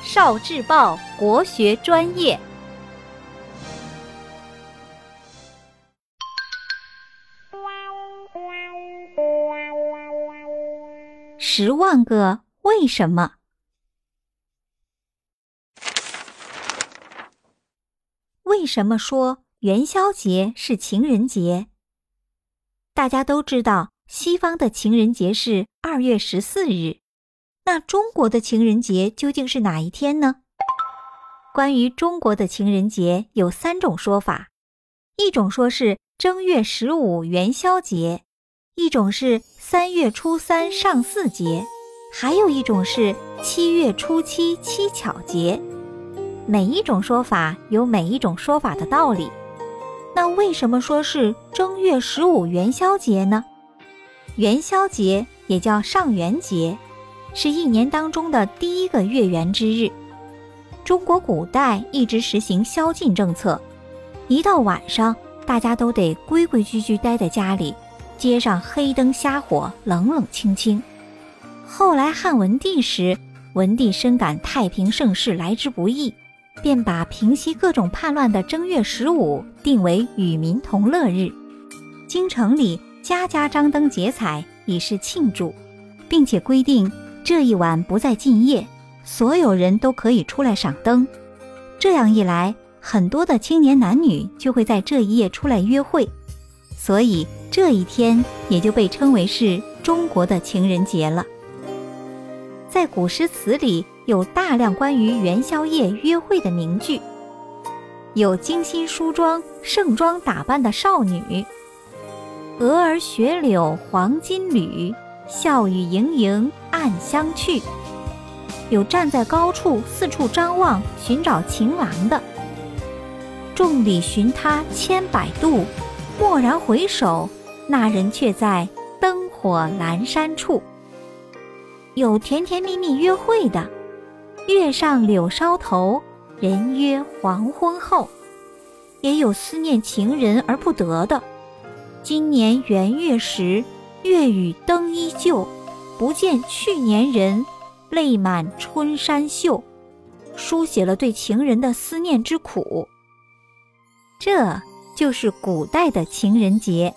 少智报国学专业。10万个为什么？为什么说元宵节是情人节？大家都知道，西方的情人节是2月14日。那中国的情人节究竟是哪一天呢？关于中国的情人节有3种说法，一种说是正月15元宵节，一种是3月初3上巳节，还有一种是7月初7七巧节。每一种说法有每一种说法的道理。那为什么说是正月15元宵节呢？元宵节也叫上元节，是一年当中的第一个月圆之日。中国古代一直实行宵禁政策，一到晚上大家都得规规矩矩待在家里，街上黑灯瞎火，冷冷清清。后来汉文帝时，文帝深感太平盛世来之不易，便把平息各种叛乱的正月15定为与民同乐日。京城里家家张灯结彩，以示庆祝，并且规定这一晚不再禁夜，所有人都可以出来赏灯。这样一来，很多的青年男女就会在这一夜出来约会，所以这一天也就被称为是中国的情人节了。在古诗词里有大量关于元宵夜约会的名句，有精心梳妆盛装打扮的少女，蛾儿雪柳黄金缕，笑语盈盈暗香去。有站在高处四处张望寻找情郎的，众里寻他千百度，蓦然回首，那人却在灯火阑珊处。有甜甜蜜蜜约会的，月上柳梢头，人约黄昏后。也有思念情人而不得的，今年元月时，月与灯依旧，不见去年人，泪满春衫袖，书写了对情人的思念之苦。这就是古代的情人节。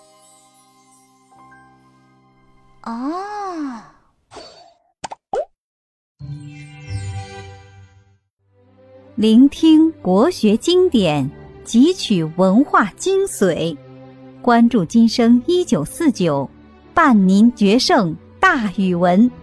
聆听国学经典，汲取文化精髓，关注今生1949，伴您决胜大语文。